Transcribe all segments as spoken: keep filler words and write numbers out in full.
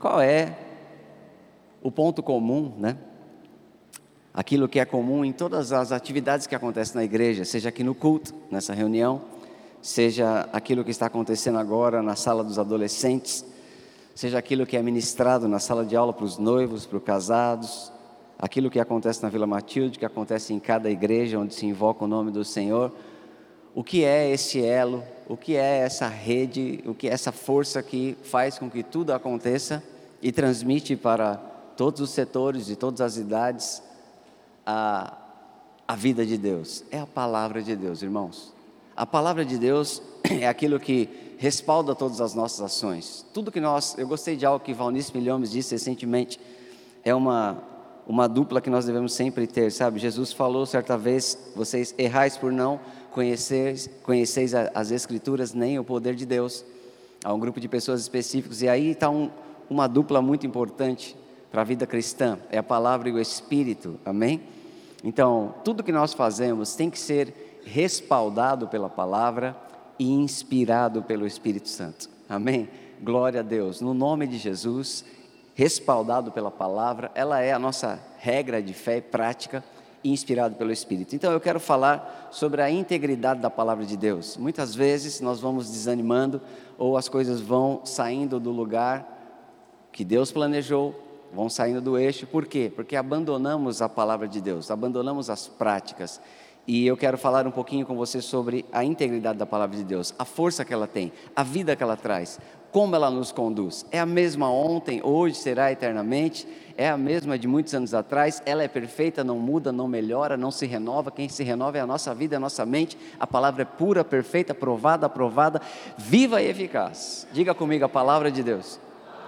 qual é o ponto comum, né? Aquilo que é comum em todas as atividades que acontecem na igreja, seja aqui no culto, nessa reunião, seja aquilo que está acontecendo agora na sala dos adolescentes, seja aquilo que é ministrado na sala de aula para os noivos, para os casados, aquilo que acontece na Vila Matilde, que acontece em cada igreja onde se invoca o nome do Senhor. O que é esse elo? O que é essa rede? O que é essa força que faz com que tudo aconteça e transmite para todos os setores e todas as idades a, a vida de Deus? É a palavra de Deus, irmãos. A palavra de Deus é aquilo que respalda todas as nossas ações. Tudo que nós, eu gostei de algo que Valnice Milhomes disse recentemente, é uma, uma dupla que nós devemos sempre ter, sabe? Jesus falou certa vez, vocês errais por não conheceis, conheceis as Escrituras nem o poder de Deus. Há um grupo de pessoas específicos, e aí está um, uma dupla muito importante para a vida cristã, é a palavra e o Espírito, amém? Então, tudo que nós fazemos tem que ser respaldado pela palavra e inspirado pelo Espírito Santo, amém? Glória a Deus, no nome de Jesus, respaldado pela palavra, ela é a nossa regra de fé e prática, inspirado pelo Espírito. Então eu quero falar sobre a integridade da palavra de Deus. Muitas vezes nós vamos desanimando, ou as coisas vão saindo do lugar que Deus planejou, vão saindo do eixo. Por quê? Porque abandonamos a palavra de Deus, abandonamos as práticas. E eu quero falar um pouquinho com você sobre a integridade da palavra de Deus, a força que ela tem, a vida que ela traz, como ela nos conduz. É a mesma ontem, hoje, será eternamente, é a mesma de muitos anos atrás, ela é perfeita, não muda, não melhora, não se renova. Quem se renova é a nossa vida, é a nossa mente. A palavra é pura, perfeita, provada, aprovada, viva e eficaz. Diga comigo a palavra de Deus.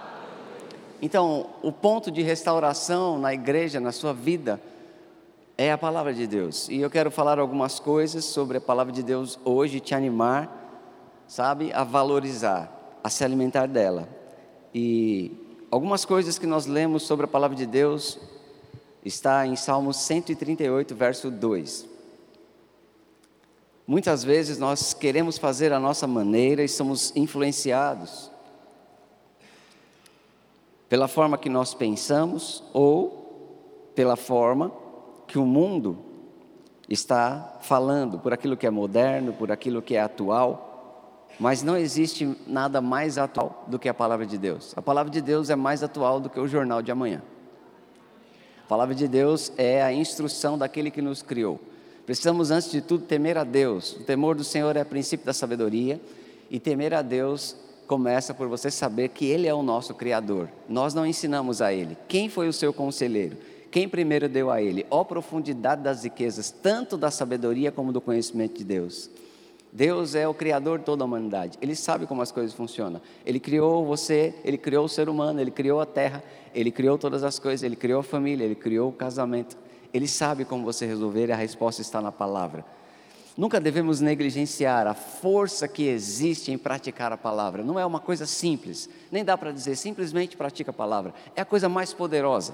Então, o ponto de restauração na igreja, na sua vida, é a palavra de Deus. E eu quero falar algumas coisas sobre a palavra de Deus hoje, te animar, sabe, a valorizar, a se alimentar dela. E algumas coisas que nós lemos sobre a palavra de Deus está em Salmo cento e trinta e oito, verso dois. Muitas vezes nós queremos fazer a nossa maneira e somos influenciados pela forma que nós pensamos ou pela forma que o mundo está falando, por aquilo que é moderno, por aquilo que é atual, mas não existe nada mais atual do que a palavra de Deus. A palavra de Deus é mais atual do que o jornal de amanhã. A palavra de Deus é a instrução daquele que nos criou. Precisamos, antes de tudo, temer a Deus. O temor do Senhor é o princípio da sabedoria, e temer a Deus começa por você saber que Ele é o nosso Criador. Nós não ensinamos a Ele. Quem foi o seu conselheiro? Quem primeiro deu a Ele? Ó profundidade das riquezas, tanto da sabedoria como do conhecimento de Deus. Deus é o Criador de toda a humanidade. Ele sabe como as coisas funcionam. Ele criou você, Ele criou o ser humano, Ele criou a terra, Ele criou todas as coisas, Ele criou a família, Ele criou o casamento. Ele sabe como você resolver, e a resposta está na palavra. Nunca devemos negligenciar a força que existe em praticar a palavra. Não é uma coisa simples, nem dá para dizer simplesmente pratica a palavra. É a coisa mais poderosa.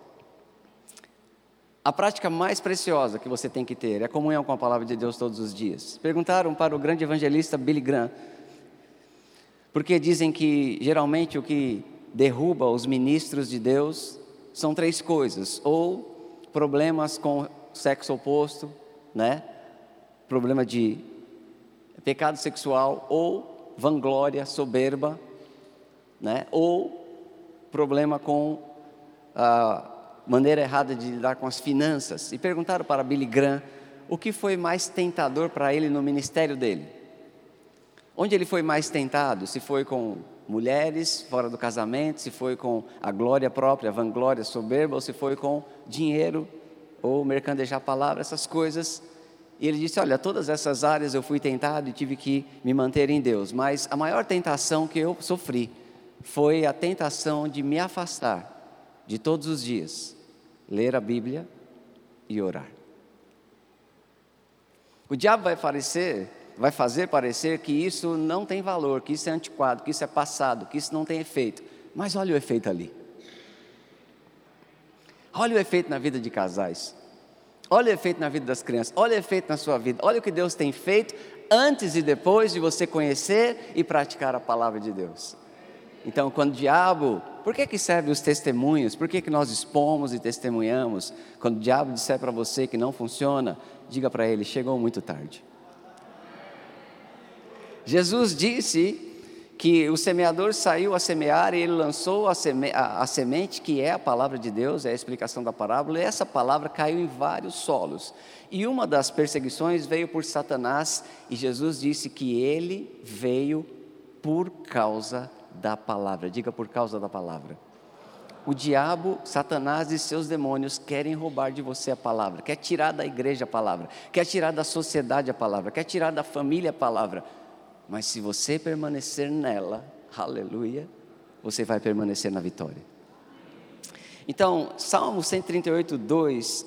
A prática mais preciosa que você tem que ter é a comunhão com a palavra de Deus todos os dias. Perguntaram para o grande evangelista Billy Graham, porque dizem que geralmente o que derruba os ministros de Deus são três coisas: ou problemas com o sexo oposto, né? Problema de pecado sexual, ou vanglória, soberba, né? Ou problema com a maneira errada de lidar com as finanças. E perguntaram para Billy Graham o que foi mais tentador para ele no ministério dele. Onde ele foi mais tentado? Se foi com mulheres fora do casamento, se foi com a glória própria, a vanglória, a soberba, ou se foi com dinheiro, ou mercadejar a palavra, essas coisas. E ele disse: olha, todas essas áreas eu fui tentado e tive que me manter em Deus, mas a maior tentação que eu sofri foi a tentação de me afastar de todos os dias ler a Bíblia e orar. O diabo vai parecer, vai fazer parecer que isso não tem valor, que isso é antiquado, que isso é passado, que isso não tem efeito. Mas olha o efeito ali. Olha o efeito na vida de casais. Olha o efeito na vida das crianças. Olha o efeito na sua vida. Olha o que Deus tem feito antes e depois de você conhecer e praticar a palavra de Deus. Então, quando o diabo Por que que servem os testemunhos? Por que que nós expomos e testemunhamos? Quando o diabo disser para você que não funciona, diga para ele, chegou muito tarde. Jesus disse que o semeador saiu a semear e ele lançou a, seme, a, a semente, que é a palavra de Deus, é a explicação da parábola, e essa palavra caiu em vários solos. E uma das perseguições veio por Satanás, e Jesus disse que ele veio por causa da palavra. Diga, por causa da palavra. O diabo, Satanás e seus demônios querem roubar de você a palavra, quer tirar da igreja a palavra, quer tirar da sociedade a palavra, quer tirar da família a palavra. Mas se você permanecer nela, aleluia, você vai permanecer na vitória. Então, Salmo cento e trinta e oito, dois,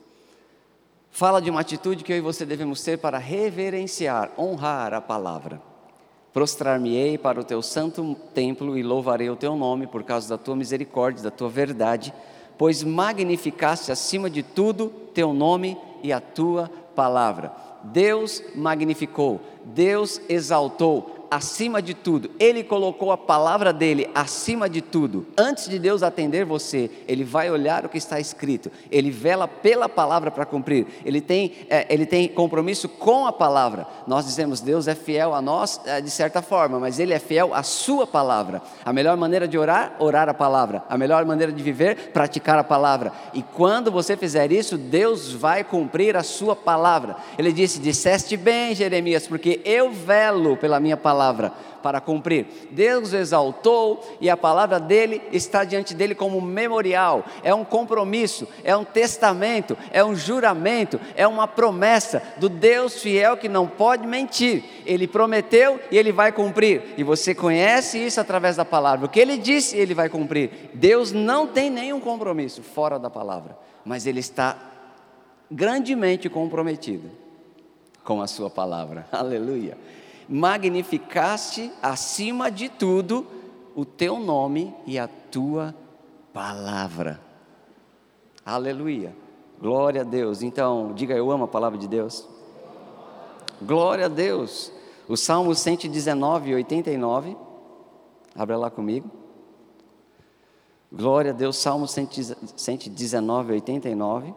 fala de uma atitude que eu e você devemos ter para reverenciar, honrar a palavra. Prostrar-me-ei para o teu santo templo e louvarei o teu nome por causa da tua misericórdia, da tua verdade, pois magnificaste acima de tudo teu nome e a tua palavra. Deus magnificou, Deus exaltou acima de tudo, Ele colocou a palavra dEle acima de tudo. Antes de Deus atender você, Ele vai olhar o que está escrito, Ele vela pela palavra para cumprir, Ele tem, é, Ele tem compromisso com a palavra. Nós dizemos, Deus é fiel a nós, é, de certa forma, mas Ele é fiel à sua palavra. A melhor maneira de orar, orar a palavra. A melhor maneira de viver, praticar a palavra. E quando você fizer isso, Deus vai cumprir a sua palavra. Ele disse, disseste bem, Jeremias, porque eu velo pela minha palavra para cumprir. Deus exaltou e a palavra dele está diante dele como um memorial, é um compromisso, é um testamento, é um juramento, é uma promessa do Deus fiel que não pode mentir. Ele prometeu e ele vai cumprir, e você conhece isso através da palavra. O que ele disse, ele vai cumprir. Deus não tem nenhum compromisso fora da palavra, mas ele está grandemente comprometido com a sua palavra. Aleluia. Magnificaste acima de tudo o teu nome e a tua palavra. Aleluia, glória a Deus. Então, diga, eu amo a palavra de Deus. Glória a Deus. O Salmo cento e dezenove, oitenta e nove, abra lá comigo. Glória a Deus, Salmo cento e dezenove, oitenta e nove.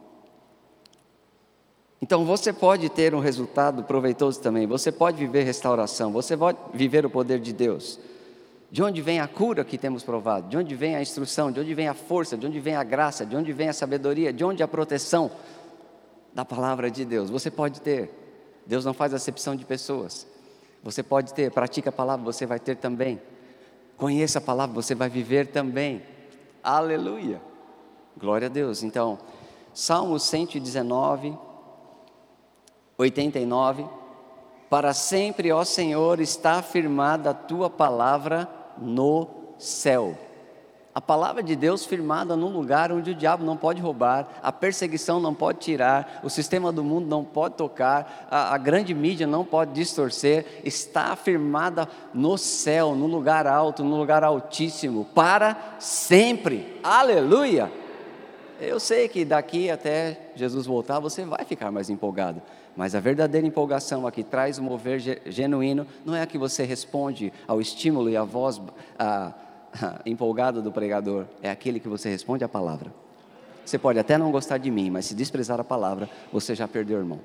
Então você pode ter um resultado proveitoso também, você pode viver restauração, você pode viver o poder de Deus. De onde vem a cura que temos provado? De onde vem a instrução? De onde vem a força? De onde vem a graça? De onde vem a sabedoria? De onde a proteção? Da palavra de Deus. Você pode ter. Deus não faz acepção de pessoas. Você pode ter, pratica a palavra, você vai ter também. Conheça a palavra, você vai viver também. Aleluia. Glória a Deus. Então, Salmo cento e dezenove, oitenta e nove, para sempre, ó Senhor, está afirmada a tua palavra no céu. A palavra de Deus firmada num lugar onde o diabo não pode roubar, a perseguição não pode tirar, o sistema do mundo não pode tocar, a, a grande mídia não pode distorcer, está afirmada no céu, no lugar alto, no lugar altíssimo, para sempre. Aleluia! Eu sei que daqui até Jesus voltar, você vai ficar mais empolgado. Mas a verdadeira empolgação, a que traz o mover genuíno, não é a que você responde ao estímulo e à voz a, a, empolgada do pregador. É aquele que você responde à palavra. Você pode até não gostar de mim, mas se desprezar a palavra, você já perdeu, irmão.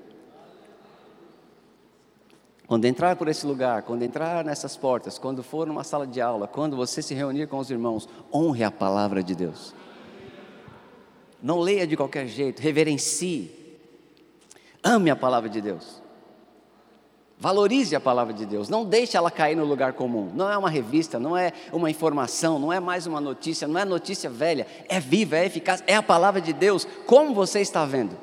Quando entrar por esse lugar, quando entrar nessas portas, quando for numa sala de aula, quando você se reunir com os irmãos, honre a palavra de Deus. Não leia de qualquer jeito, reverencie. Ame a palavra de Deus. Valorize a palavra de Deus. Não deixe ela cair no lugar comum. Não é uma revista, não é uma informação, não é mais uma notícia, não é notícia velha. É viva, é eficaz, é a palavra de Deus. Como você está vendo?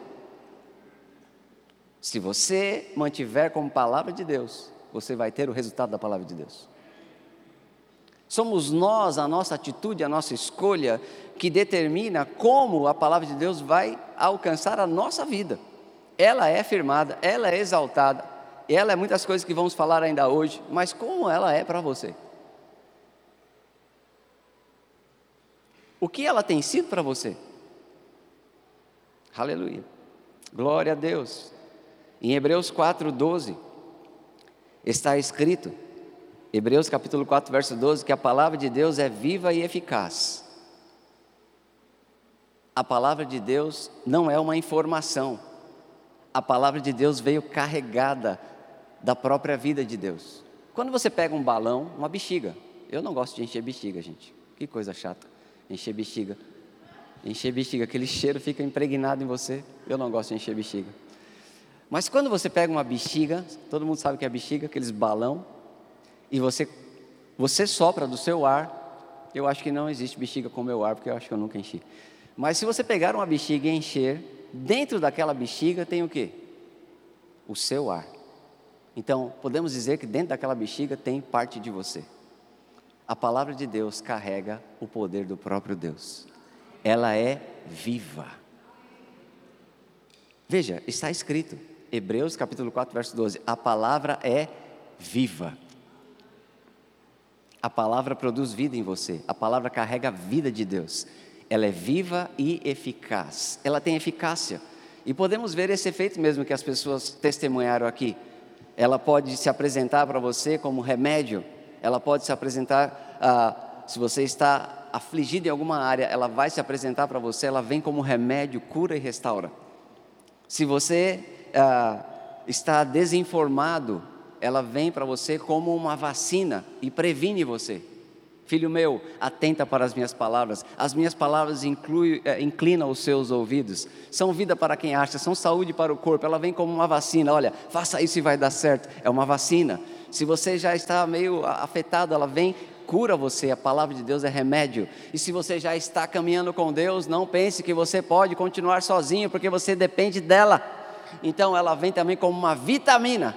Se você mantiver como palavra de Deus, você vai ter o resultado da palavra de Deus. Somos nós, a nossa atitude, a nossa escolha, que determina como a palavra de Deus vai alcançar a nossa vida. Ela é firmada, ela é exaltada, ela é muitas coisas que vamos falar ainda hoje, mas como ela é para você? O que ela tem sido para você? Aleluia, glória a Deus. Em Hebreus quatro, doze, está escrito: Hebreus capítulo quatro, verso doze, que a palavra de Deus é viva e eficaz. A palavra de Deus não é uma informação. A palavra de Deus veio carregada da própria vida de Deus. Quando você pega um balão, uma bexiga, eu não gosto de encher bexiga, gente. Que coisa chata, encher bexiga. Encher bexiga, aquele cheiro fica impregnado em você. Eu não gosto de encher bexiga. Mas quando você pega uma bexiga, todo mundo sabe o que é bexiga, aqueles balão, e você, você sopra do seu ar. Eu acho que não existe bexiga com o meu ar, porque eu acho que eu nunca enchi. Mas se você pegar uma bexiga e encher, dentro daquela bexiga tem o quê? O seu ar. Então, podemos dizer que dentro daquela bexiga tem parte de você. A palavra de Deus carrega o poder do próprio Deus. Ela é viva. Veja, está escrito, Hebreus capítulo quatro, verso doze, a palavra é viva. A palavra produz vida em você, a palavra carrega a vida de Deus. Ela é viva e eficaz, ela tem eficácia. E podemos ver esse efeito mesmo que as pessoas testemunharam aqui. Ela pode se apresentar para você como remédio, ela pode se apresentar, ah, se você está afligido em alguma área, ela vai se apresentar para você, ela vem como remédio, cura e restaura. Se você ah, está desinformado, ela vem para você como uma vacina e previne você. Filho meu, atenta para as minhas palavras. As minhas palavras inclui, eh, inclinam os seus ouvidos. São vida para quem acha, são saúde para o corpo. Ela vem como uma vacina. Olha, faça isso e vai dar certo. É uma vacina. Se você já está meio afetado, ela vem, cura você. A palavra de Deus é remédio. E se você já está caminhando com Deus, não pense que você pode continuar sozinho, porque você depende dela. Então ela vem também como uma vitamina.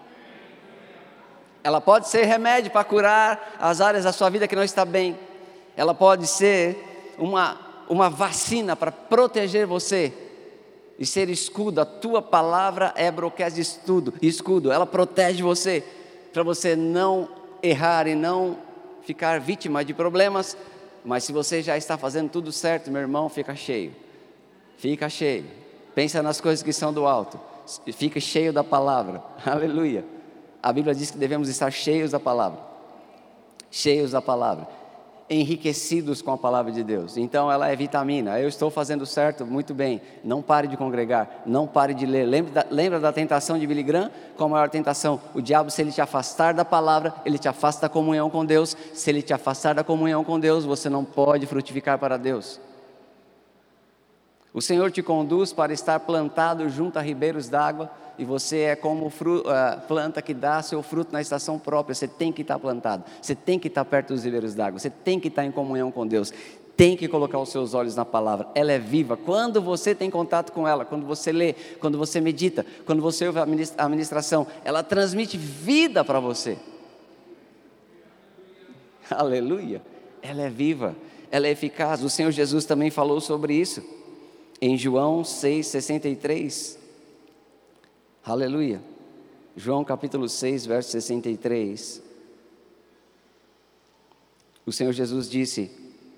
Ela pode ser remédio para curar as áreas da sua vida que não está bem. Ela pode ser uma, uma vacina para proteger você e ser escudo. A tua palavra é broquete de escudo, escudo. Ela protege você para você não errar e não ficar vítima de problemas. Mas se você já está fazendo tudo certo, meu irmão, fica cheio. Fica cheio. Pensa nas coisas que são do alto. Fica cheio da palavra. Aleluia. A Bíblia diz que devemos estar cheios da palavra, cheios da palavra, enriquecidos com a palavra de Deus. Então ela é vitamina. Eu estou fazendo certo, muito bem. Não pare de congregar, não pare de ler. Lembra da, lembra da tentação de Billy Graham? Qual a maior tentação? O diabo, se ele te afastar da palavra, ele te afasta da comunhão com Deus. Se ele te afastar da comunhão com Deus, você não pode frutificar para Deus. O Senhor te conduz para estar plantado junto a ribeiros d'água, e você é como fruto, uh, planta que dá seu fruto na estação própria. Você tem que estar plantado, você tem que estar perto dos ribeiros d'água, você tem que estar em comunhão com Deus, tem que colocar os seus olhos na palavra. Ela é viva. Quando você tem contato com ela, quando você lê, quando você medita, quando você ouve a ministração, ela transmite vida para você. Aleluia. Ela é viva, ela é eficaz. O Senhor Jesus também falou sobre isso em João seis, sessenta e três. Aleluia. João capítulo seis, verso sessenta e três. O Senhor Jesus disse: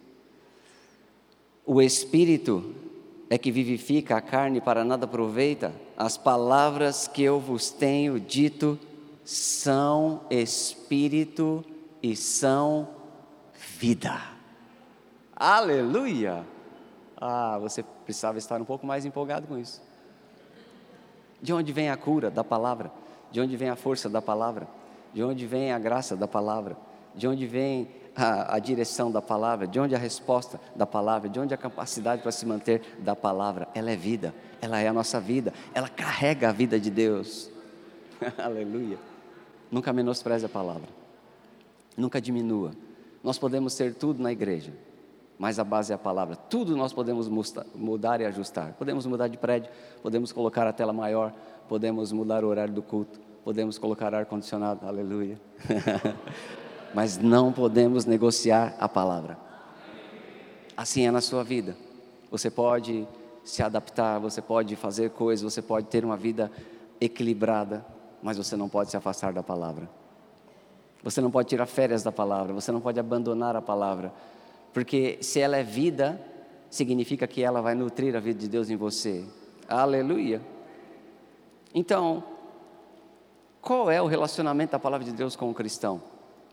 o Espírito é que vivifica, a carne para nada aproveita. As palavras que eu vos tenho dito são Espírito e são vida. Aleluia. Ah, você precisava estar um pouco mais empolgado com isso. De onde vem a cura? Da palavra. De onde vem a força? Da palavra. De onde vem a graça? Da palavra. De onde vem a, a direção? Da palavra. De onde a resposta? Da palavra. De onde a capacidade para se manter? Da palavra. Ela é vida, ela é a nossa vida, ela carrega a vida de Deus. Aleluia. Nunca menospreze a palavra, nunca diminua. Nós podemos ter tudo na igreja, mas a base é a palavra. Tudo nós podemos mudar e ajustar. Podemos mudar de prédio, podemos colocar a tela maior, podemos mudar o horário do culto, podemos colocar ar-condicionado, aleluia. Mas não podemos negociar a palavra. Assim é na sua vida. Você pode se adaptar, você pode fazer coisas, você pode ter uma vida equilibrada, mas você não pode se afastar da palavra. Você não pode tirar férias da palavra, você não pode abandonar a palavra. Porque se ela é vida, significa que ela vai nutrir a vida de Deus em você. Aleluia. Então, qual é o relacionamento da palavra de Deus com o cristão?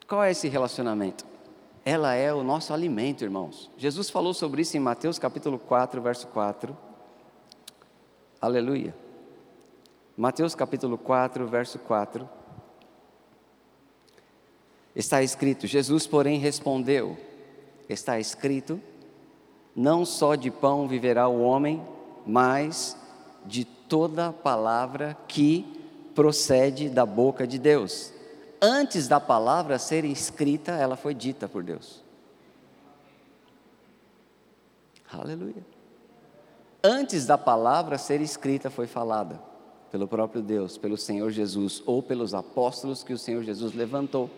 Qual é esse relacionamento? Ela é o nosso alimento, irmãos. Jesus falou sobre isso em Mateus capítulo quatro, verso quatro. Aleluia. Mateus capítulo quatro, verso quatro. Está escrito, Jesus, porém, respondeu, está escrito, não só de pão viverá o homem, mas de toda palavra que procede da boca de Deus. Antes da palavra ser escrita, ela foi dita por Deus. Aleluia. Antes da palavra ser escrita, foi falada pelo próprio Deus, pelo Senhor Jesus, ou pelos apóstolos que o Senhor Jesus levantou.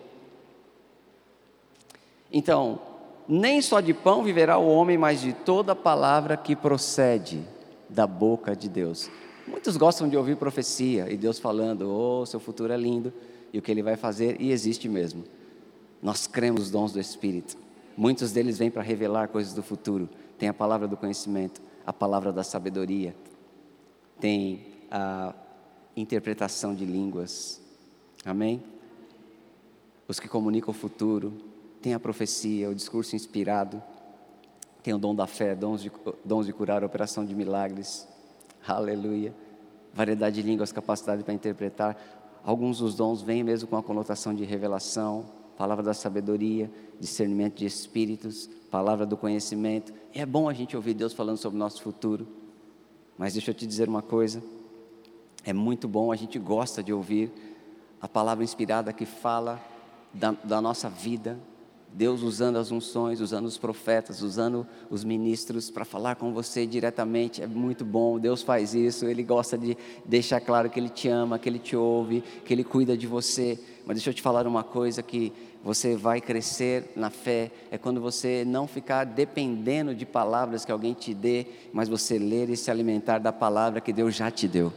Então, nem só de pão viverá o homem, mas de toda palavra que procede da boca de Deus. Muitos gostam de ouvir profecia, e Deus falando, oh, seu futuro é lindo, e o que Ele vai fazer, e existe mesmo. Nós cremos nos dons do Espírito. Muitos deles vêm para revelar coisas do futuro. Tem a palavra do conhecimento, a palavra da sabedoria, tem a interpretação de línguas, amém? Os que comunicam o futuro, tem a profecia, o discurso inspirado, tem o dom da fé, dons de, dons de curar, operação de milagres, aleluia, variedade de línguas, capacidade para interpretar. Alguns dos dons vêm mesmo com a conotação de revelação, palavra da sabedoria, discernimento de espíritos, palavra do conhecimento. É bom a gente ouvir Deus falando sobre o nosso futuro, mas deixa eu te dizer uma coisa, é muito bom, a gente gosta de ouvir a palavra inspirada que fala da, da nossa vida, Deus usando as unções, usando os profetas, usando os ministros para falar com você diretamente, é muito bom, Deus faz isso, Ele gosta de deixar claro que Ele te ama, que Ele te ouve, que Ele cuida de você. Mas deixa eu te falar uma coisa, que você vai crescer na fé, é quando você não ficar dependendo de palavras que alguém te dê, mas você ler e se alimentar da palavra que Deus já te deu.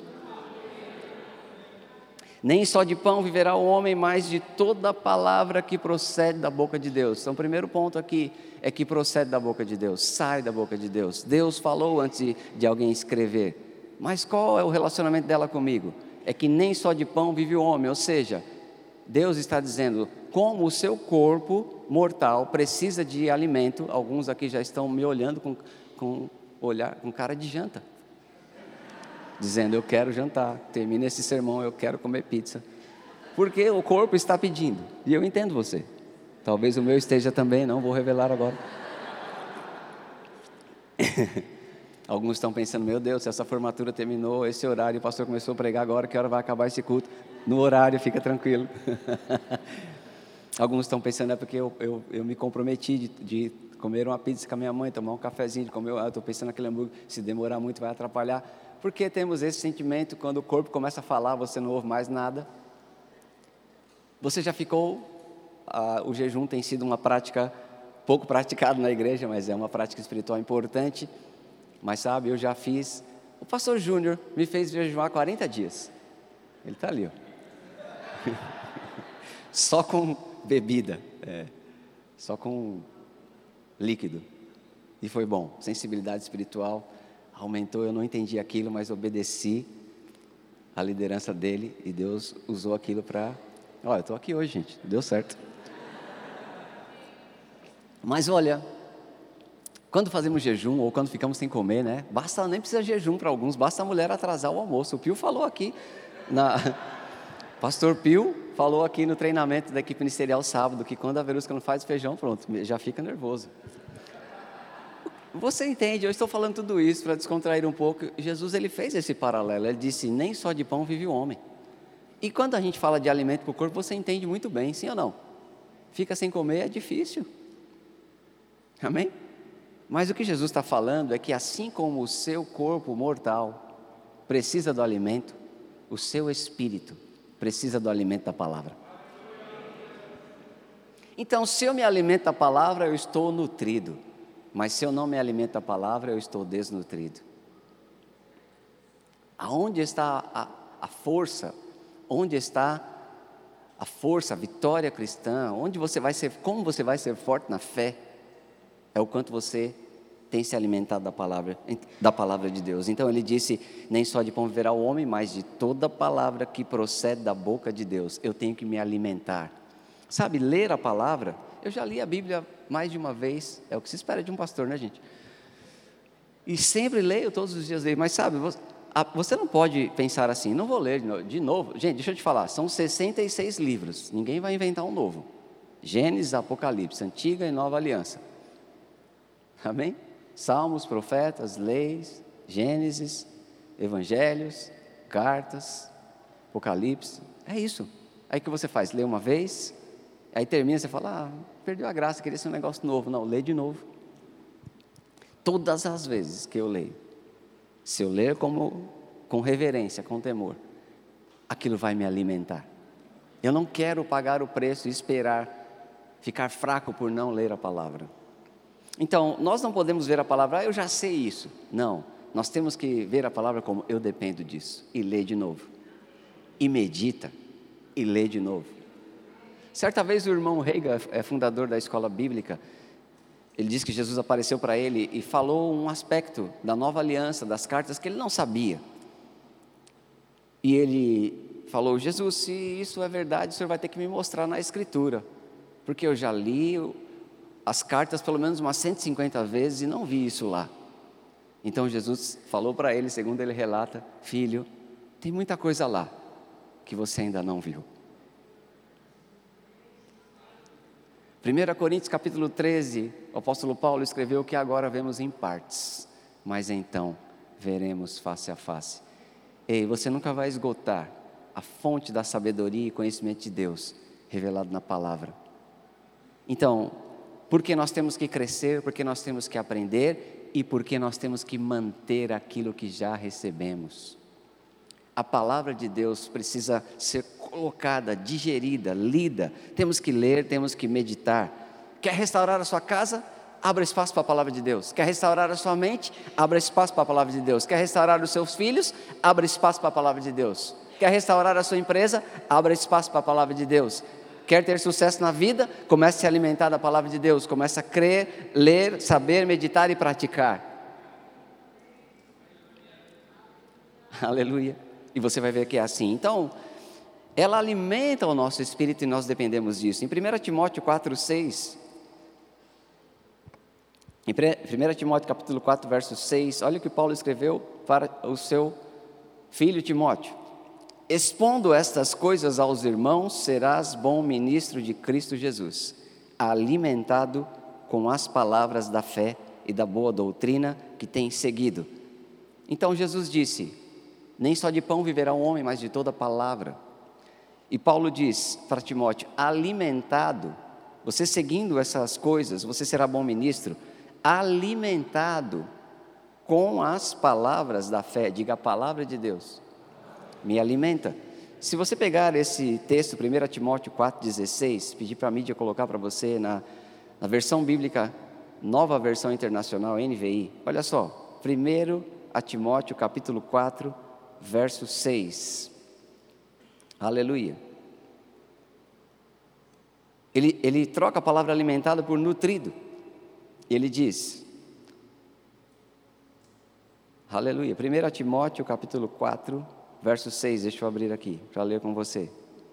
Nem só de pão viverá o homem, mas de toda palavra que procede da boca de Deus. Então o primeiro ponto aqui é que procede da boca de Deus, sai da boca de Deus. Deus falou antes de, de alguém escrever, mas qual é o relacionamento dela comigo? É que nem só de pão vive o homem, ou seja, Deus está dizendo, como o seu corpo mortal precisa de alimento, alguns aqui já estão me olhando com, com, olhar, com cara de janta, dizendo, eu quero jantar, termina esse sermão, eu quero comer pizza, porque o corpo está pedindo, e eu entendo você, talvez o meu esteja também, não vou revelar agora. Alguns estão pensando, meu Deus, se essa formatura terminou, esse horário, o pastor começou a pregar agora, que hora vai acabar esse culto? No horário, fica tranquilo. Alguns estão pensando, é porque eu, eu, eu me comprometi de, de comer uma pizza com a minha mãe, tomar um cafezinho, de comer, eu estou pensando naquele hambúrguer, se demorar muito vai atrapalhar. Porque temos esse sentimento, quando o corpo começa a falar, você não ouve mais nada. Você já ficou, ah, o jejum tem sido uma prática pouco praticada na igreja, mas é uma prática espiritual importante. Mas sabe, eu já fiz, o pastor Júnior me fez jejuar quarenta dias. Ele está ali, ó. Só com bebida, é, só com líquido. E foi bom, sensibilidade espiritual aumentou, eu não entendi aquilo, mas obedeci a liderança dele e Deus usou aquilo para, olha, eu estou aqui hoje, gente, deu certo. Mas olha, quando fazemos jejum ou quando ficamos sem comer, né, basta, nem precisa jejum para alguns, basta a mulher atrasar o almoço. O Pio falou aqui, na, pastor Pio falou aqui no treinamento da equipe ministerial sábado, que quando a Verusca não faz feijão, pronto, já fica nervoso. Você entende, eu estou falando tudo isso para descontrair um pouco. Jesus, ele fez esse paralelo, ele disse, nem só de pão vive o homem. E quando a gente fala de alimento para o corpo, você entende muito bem, sim ou não? Fica sem comer é difícil, amém? Mas o que Jesus está falando é que assim como o seu corpo mortal precisa do alimento, o seu espírito precisa do alimento da palavra. Então, se eu me alimento da palavra, eu estou nutrido. Mas se eu não me alimento da palavra, eu estou desnutrido. Aonde está a, a força? Onde está a força, a vitória cristã? Onde você vai ser, como você vai ser forte na fé? É o quanto você tem se alimentado da palavra, da palavra de Deus. Então ele disse, nem só de pão viverá o homem, mas de toda palavra que procede da boca de Deus. Eu tenho que me alimentar. Sabe, ler a palavra, eu já li a Bíblia mais de uma vez, é o que se espera de um pastor, né, gente? E sempre leio, todos os dias leio, mas sabe, você não pode pensar assim, não vou ler de novo. Gente, deixa eu te falar, são sessenta e seis livros, ninguém vai inventar um novo. Gênesis, Apocalipse, Antiga e Nova Aliança. Amém? Salmos, profetas, leis, Gênesis, Evangelhos, cartas, Apocalipse, é isso. Aí o que você faz? Lê uma vez, aí termina, você fala, ah, perdeu a graça, queria ser um negócio novo. Não, lê de novo. Todas as vezes que eu leio, se eu ler como, com reverência, com temor, aquilo vai me alimentar. Eu não quero pagar o preço e esperar ficar fraco por não ler a palavra. Então, nós não podemos ver a palavra, ah, eu já sei isso. Não, nós temos que ver a palavra como eu dependo disso, e ler de novo. E medita, e lê de novo. Certa vez o irmão Reiga, é fundador da escola bíblica, ele disse que Jesus apareceu para ele e falou um aspecto da nova aliança, das cartas, que ele não sabia. E ele falou, Jesus, se isso é verdade, o senhor vai ter que me mostrar na escritura, porque eu já li as cartas pelo menos umas cento e cinquenta vezes e não vi isso lá. Então Jesus falou para ele, segundo ele relata, filho, tem muita coisa lá que você ainda não viu. primeira Coríntios capítulo treze, o apóstolo Paulo escreveu que agora vemos em partes, mas então veremos face a face. Ei, você nunca vai esgotar a fonte da sabedoria e conhecimento de Deus revelado na palavra. Então, porque nós temos que crescer, porque nós temos que aprender e porque nós temos que manter aquilo que já recebemos. A palavra de Deus precisa ser colocada, digerida, lida. Temos que ler, temos que meditar. Quer restaurar a sua casa? Abra espaço para a palavra de Deus. Quer restaurar a sua mente? Abra espaço para a palavra de Deus. Quer restaurar os seus filhos? Abra espaço para a palavra de Deus. Quer restaurar a sua empresa? Abra espaço para a palavra de Deus. Quer ter sucesso na vida? Comece a se alimentar da palavra de Deus. Comece a crer, ler, saber, meditar e praticar. Aleluia. E você vai ver que é assim. Então, ela alimenta o nosso espírito e nós dependemos disso. Em primeira Timóteo quatro, seis, em primeira Timóteo capítulo quatro, verso seis, olha o que Paulo escreveu para o seu filho Timóteo. Expondo estas coisas aos irmãos, serás bom ministro de Cristo Jesus, alimentado com as palavras da fé e da boa doutrina que tens seguido. Então Jesus disse, nem só de pão viverá o homem, mas de toda palavra. E Paulo diz para Timóteo, alimentado, você seguindo essas coisas, você será bom ministro, alimentado com as palavras da fé. Diga, a palavra de Deus me alimenta. Se você pegar esse texto, primeira Timóteo quatro, dezesseis, pedir para a mídia colocar para você na, na versão bíblica, nova versão internacional, N V I, olha só, primeira Timóteo capítulo quatro, verso seis, aleluia, ele, ele troca a palavra alimentado por nutrido, ele diz, aleluia, primeira Timóteo capítulo quatro, verso seis, deixa eu abrir aqui, para ler com você.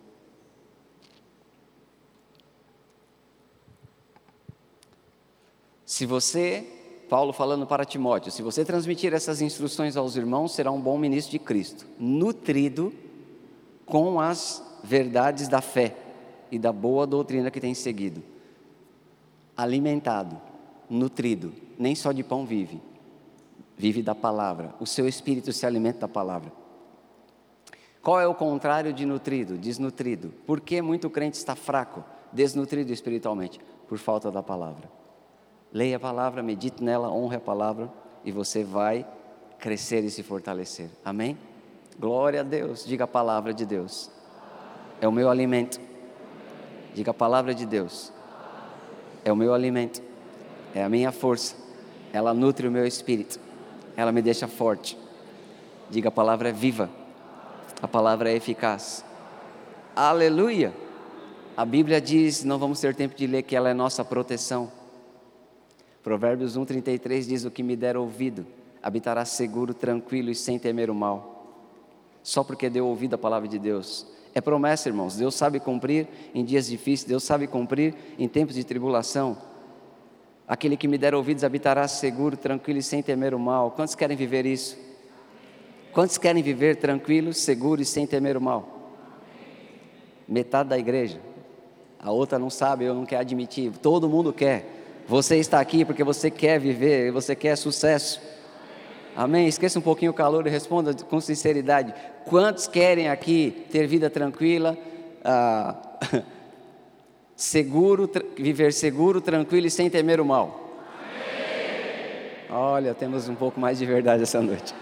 Se você, Paulo falando para Timóteo, se você transmitir essas instruções aos irmãos, será um bom ministro de Cristo, nutrido com as verdades da fé e da boa doutrina que tem seguido, alimentado, nutrido, nem só de pão vive, vive da palavra, o seu espírito se alimenta da palavra. Qual é o contrário de nutrido? Desnutrido. Por que muito crente está fraco, desnutrido espiritualmente? Por falta da palavra. Leia a palavra, medite nela, honre a palavra e você vai crescer e se fortalecer. Amém? Glória a Deus. Diga a palavra de Deus. É o meu alimento. Diga a palavra de Deus. É o meu alimento. É a minha força. Ela nutre o meu espírito. Ela me deixa forte. Diga a palavra é viva. A palavra é eficaz. Aleluia. A Bíblia diz, não vamos ter tempo de ler, que ela é nossa proteção. Provérbios um, trinta e três diz, o que me der ouvido, habitará seguro, tranquilo e sem temer o mal. Só porque deu ouvido à palavra de Deus. É promessa, irmãos. Deus sabe cumprir em dias difíceis, Deus sabe cumprir em tempos de tribulação. Aquele que me der ouvidos habitará seguro, tranquilo e sem temer o mal. Quantos querem viver isso? Quantos querem viver tranquilos, seguros e sem temer o mal? Metade da igreja. A outra não sabe, eu não quero admitir. Todo mundo quer. Você está aqui porque você quer viver, você quer sucesso. Amém? Esqueça um pouquinho o calor e responda com sinceridade. Quantos querem aqui ter vida tranquila, ah, seguro, tra- viver seguro, tranquilo e sem temer o mal? Amém. Olha, temos um pouco mais de verdade essa noite.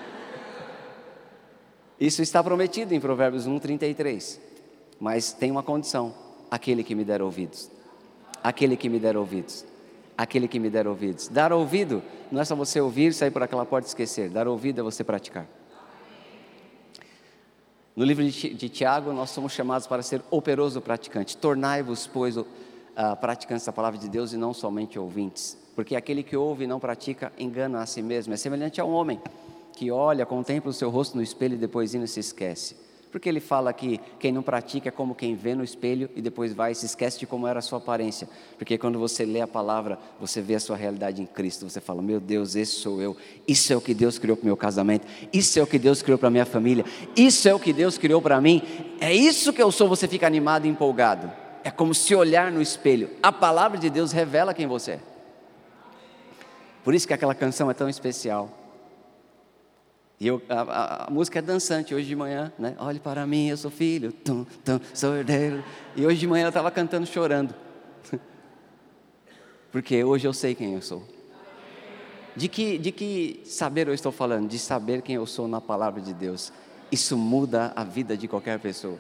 Isso está prometido em Provérbios um, trinta e três. Mas tem uma condição: aquele que me der ouvidos. Aquele que me der ouvidos. Aquele que me der ouvidos. Dar ouvido não é só você ouvir, sair por aquela porta e esquecer. Dar ouvido é você praticar. No livro de, de Tiago, nós somos chamados para ser operoso praticante. Tornai-vos, pois, uh, praticantes da palavra de Deus e não somente ouvintes. Porque aquele que ouve e não pratica engana a si mesmo. É semelhante a um homem que olha, contempla o seu rosto no espelho e depois ainda se esquece. Porque ele fala que quem não pratica é como quem vê no espelho e depois vai e se esquece de como era a sua aparência. Porque quando você lê a palavra, você vê a sua realidade em Cristo. Você fala, meu Deus, esse sou eu. Isso é o que Deus criou para o meu casamento. Isso é o que Deus criou para a minha família. Isso é o que Deus criou para mim. É isso que eu sou. Você fica animado e empolgado. É como se olhar no espelho. A palavra de Deus revela quem você é. Por isso que aquela canção é tão especial. E eu, a, a, a música é dançante. Hoje de manhã, né? Olhe para mim, eu sou filho, tum, tum, sou herdeiro. E hoje de manhã eu estava cantando chorando. Porque hoje eu sei quem eu sou. De que, de que saber eu estou falando? De saber quem eu sou na palavra de Deus. Isso muda a vida de qualquer pessoa.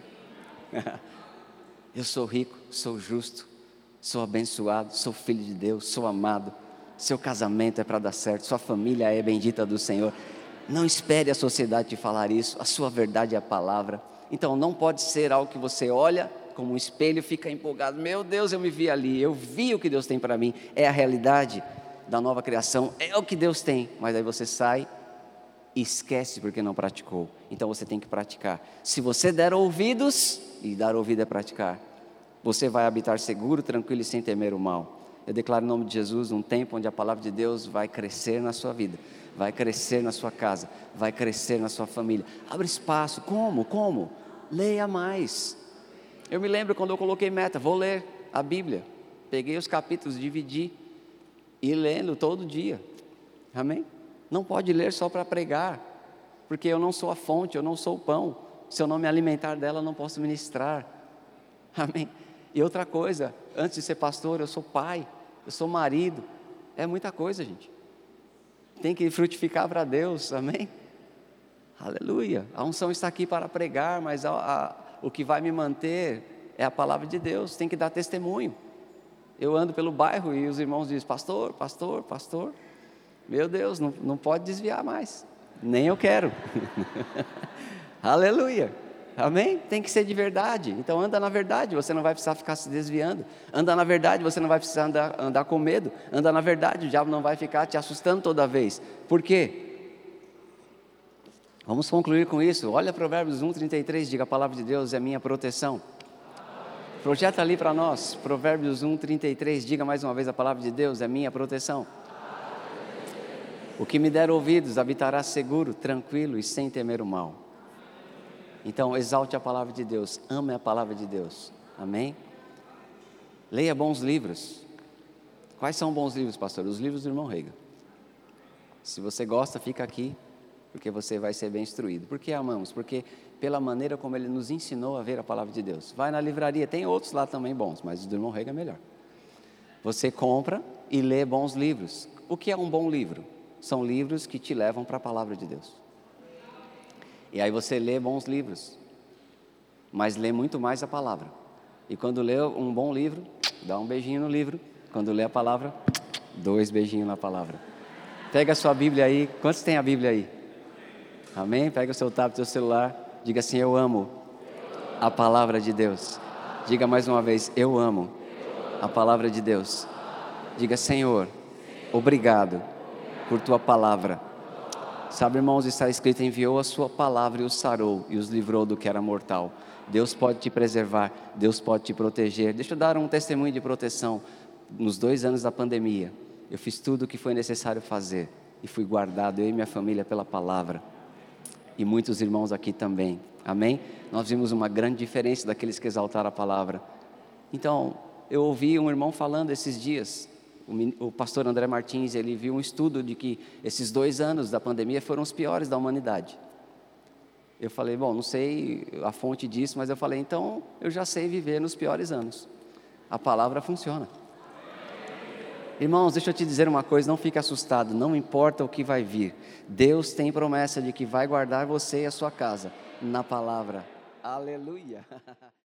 Eu sou rico, sou justo, sou abençoado, sou filho de Deus, sou amado. Seu casamento é para dar certo, sua família é bendita do Senhor. Não espere a sociedade te falar isso, a sua verdade é a palavra. Então não pode ser algo que você olha como um espelho e fica empolgado. Meu Deus, eu me vi ali, eu vi o que Deus tem para mim. É a realidade da nova criação, é o que Deus tem. Mas aí você sai e esquece porque não praticou. Então você tem que praticar. Se você der ouvidos, e dar ouvido é praticar, você vai habitar seguro, tranquilo e sem temer o mal. Eu declaro em nome de Jesus um tempo onde a palavra de Deus vai crescer na sua vida, vai crescer na sua casa, vai crescer na sua família. Abre espaço. Como? Como? Leia mais. Eu me lembro quando eu coloquei meta, vou ler a Bíblia. Peguei os capítulos, dividi e lendo todo dia. Amém? Não pode ler só para pregar, porque eu não sou a fonte, eu não sou o pão. Se eu não me alimentar dela, eu não posso ministrar. Amém? E outra coisa, antes de ser pastor, eu sou pai, eu sou marido. É muita coisa, gente. Tem que frutificar para Deus, amém? Aleluia. A unção está aqui para pregar, mas a, a, o que vai me manter é a palavra de Deus. Tem que dar testemunho. Eu ando pelo bairro e os irmãos dizem, pastor, pastor, pastor. Meu Deus, não, não pode desviar mais. Nem eu quero. Aleluia. Amém? Tem que ser de verdade. Então anda na verdade, você não vai precisar ficar se desviando. Anda na verdade, você não vai precisar andar, andar com medo. Anda na verdade, o diabo não vai ficar te assustando toda vez. Por quê? Vamos concluir com isso. Olha Provérbios um, trinta e três, diga, a palavra de Deus é minha proteção. Projeta ali para nós, Provérbios um, trinta e três, diga mais uma vez, a palavra de Deus é minha proteção. O que me der ouvidos habitará seguro, tranquilo e sem temer o mal. Então, exalte a palavra de Deus, ame a palavra de Deus, amém? Leia bons livros. Quais são bons livros, pastor? Os livros do irmão Reiga. Se você gosta, fica aqui, porque você vai ser bem instruído. Por que amamos? Porque pela maneira como ele nos ensinou a ver a palavra de Deus. Vai na livraria, tem outros lá também bons, mas o do irmão Reiga é melhor. Você compra e lê bons livros. O que é um bom livro? São livros que te levam para a palavra de Deus. E aí você lê bons livros, mas lê muito mais a palavra. E quando lê um bom livro, dá um beijinho no livro. Quando lê a palavra, dois beijinhos na palavra. Pega a sua Bíblia aí. Quantos tem a Bíblia aí? Amém? Pega o seu tablet, o seu celular. Diga assim, eu amo a palavra de Deus. Diga mais uma vez, eu amo a palavra de Deus. Diga, Senhor, obrigado por tua palavra. Sabe, irmãos, está escrito, enviou a sua palavra e os sarou e os livrou do que era mortal. Deus pode te preservar, Deus pode te proteger. Deixa eu dar um testemunho de proteção. Nos dois anos da pandemia, eu fiz tudo o que foi necessário fazer e fui guardado, eu e minha família, pela palavra. E muitos irmãos aqui também, amém? Nós vimos uma grande diferença daqueles que exaltaram a palavra. Então, eu ouvi um irmão falando esses dias, o pastor André Martins, ele viu um estudo de que esses dois anos da pandemia foram os piores da humanidade. Eu falei, bom, não sei a fonte disso, mas eu falei, então eu já sei viver nos piores anos. A palavra funciona. Irmãos, deixa eu te dizer uma coisa, não fique assustado, não importa o que vai vir. Deus tem promessa de que vai guardar você e a sua casa na palavra. Aleluia!